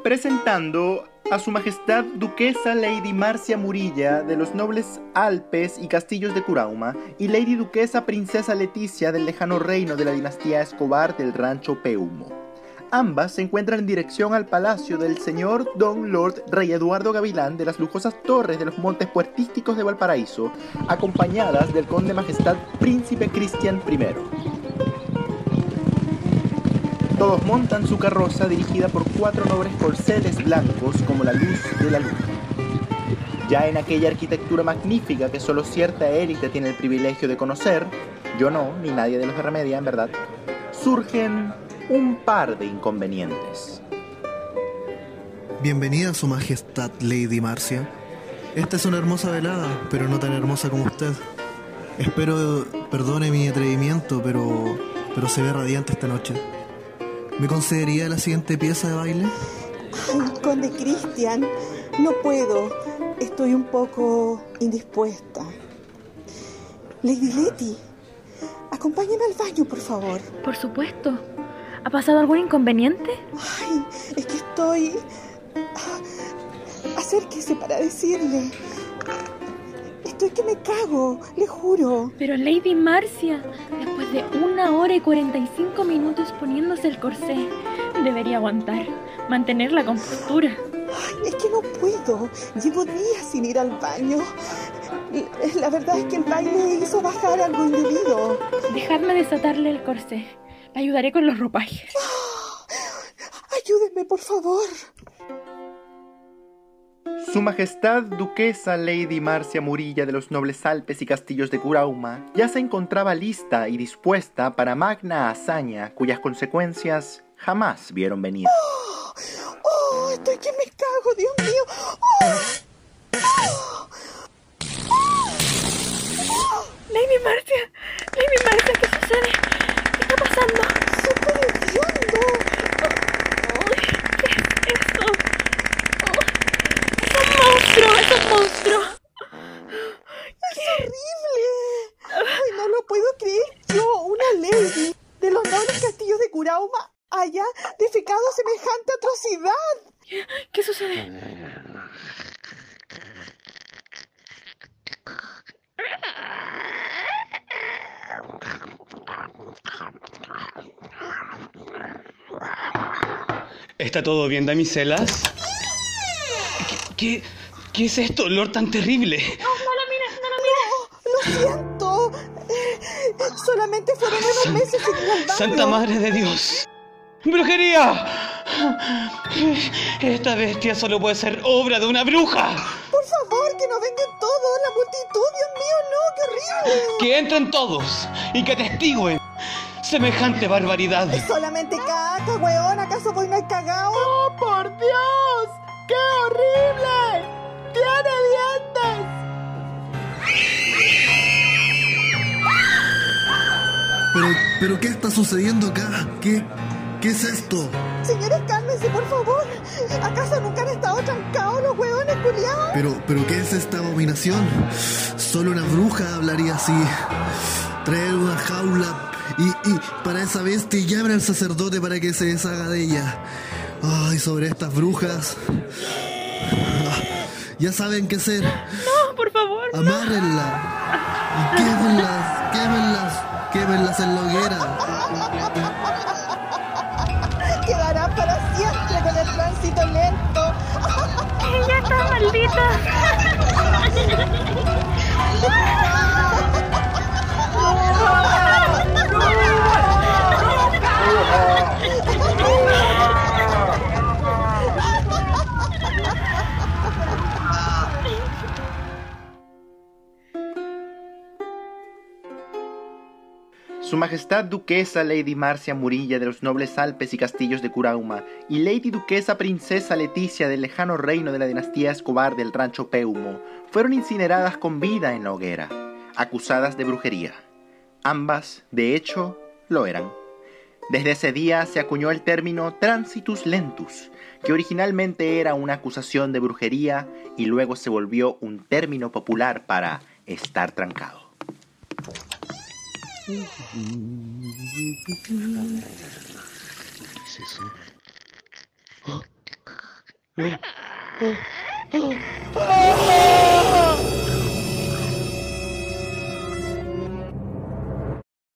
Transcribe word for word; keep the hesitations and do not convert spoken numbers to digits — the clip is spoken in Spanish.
Presentando a Su Majestad Duquesa Lady Marcia Murilla de los nobles Alpes y Castillos de Curauma y Lady Duquesa Princesa Leticia del lejano reino de la dinastía Escobar del rancho Peumo. Ambas se encuentran en dirección al palacio del señor Don Lord Rey Eduardo Gavilán de las lujosas torres de los montes puertísticos de Valparaíso, acompañadas del conde majestad Príncipe Cristian primero. Todos montan su carroza dirigida por cuatro nobles corceles blancos como la luz de la luna. Ya en aquella arquitectura magnífica que solo cierta élite tiene el privilegio de conocer, yo no, ni nadie de los de Remedia, en verdad, surgen un par de inconvenientes. Bienvenida, Su Majestad Lady Marcia. Esta es una hermosa velada, pero no tan hermosa como usted. Espero perdone mi atrevimiento, pero, pero se ve radiante esta noche. ¿Me concedería la siguiente pieza de baile? Ay, conde Cristian, no puedo. Estoy un poco indispuesta. Lady Leti, acompáñeme al baño, por favor. Por supuesto. ¿Ha pasado algún inconveniente? Ay, es que estoy... Acérquese para decirle. Estoy que me cago, le juro. Pero Lady Marcia, después de una hora y cuarenta y cinco minutos poniéndose el corsé, debería aguantar, mantener la compostura. Ay, es que no puedo. Llevo días sin ir al baño. La verdad es que el baile hizo bajar algo indebido. Dejadme desatarle el corsé. Le ayudaré con los ropajes. ¡Oh! Ayúdenme, por favor. Su Majestad Duquesa Lady Marcia Murilla de los nobles Alpes y Castillos de Curauma ya se encontraba lista y dispuesta para magna hazaña cuyas consecuencias jamás vieron venir. ¡Oh! ¡Oh! Estoy que me cago, Dios mío. ¡Oh! ¡Oh! Lady Marcia, Lady Marcia, ¿qué sucede? ¿Qué está pasando? ¡Súper hediondo! ¿Qué es eso? ¡Es un monstruo! ¡Es horrible! ¡Ay, no lo puedo creer! Yo, una lady de los nobles castillos de Curauma, haya defecado semejante atrocidad. ¿Qué, ¿Qué sucede? ¿Está todo bien, damiselas? ¿Qué, qué, qué es esto, olor tan terrible? No, no lo mires, no lo No, mires. lo siento. Eh, solamente fueron unos meses sin ir al baño. ¡Santa Madre de Dios! ¡Brujería! Esta bestia solo puede ser obra de una bruja. Por favor, que no vengan todos, la multitud, Dios mío, no, qué horrible. Que entren todos y que atestiguen semejante barbaridad. Es solamente caca, weón, ¿acaso voy no hay cagao? ¡Oh, por Dios! ¡Qué horrible! ¡Tiene dientes! Pero, pero ¿qué está sucediendo acá? ¿Qué, qué es esto? Señores, cálmense, por favor. ¿Acaso nunca han estado trancados los huevones culiados? Pero, pero ¿qué es esta abominación? Solo una bruja hablaría así. Traer una jaula y, y para esa bestia y llamen al sacerdote para que se deshaga de ella. Ay, sobre estas brujas. Ya saben qué hacer. No, por favor. Amárrenla. Y quémenlas, quémenlas, quémenlas en la hoguera. Quedará para siempre con el tránsito lento. Ella está maldita. Su Majestad Duquesa Lady Marcia Murilla de los nobles Alpes y Castillos de Curauma y Lady Duquesa Princesa Leticia del lejano reino de la dinastía Escobar del rancho Peumo fueron incineradas con vida en la hoguera, acusadas de brujería. Ambas, de hecho, lo eran. Desde ese día se acuñó el término transitus lentus, que originalmente era una acusación de brujería y luego se volvió un término popular para estar trancado. ¿Qué es eso? Oh. ¡Ah!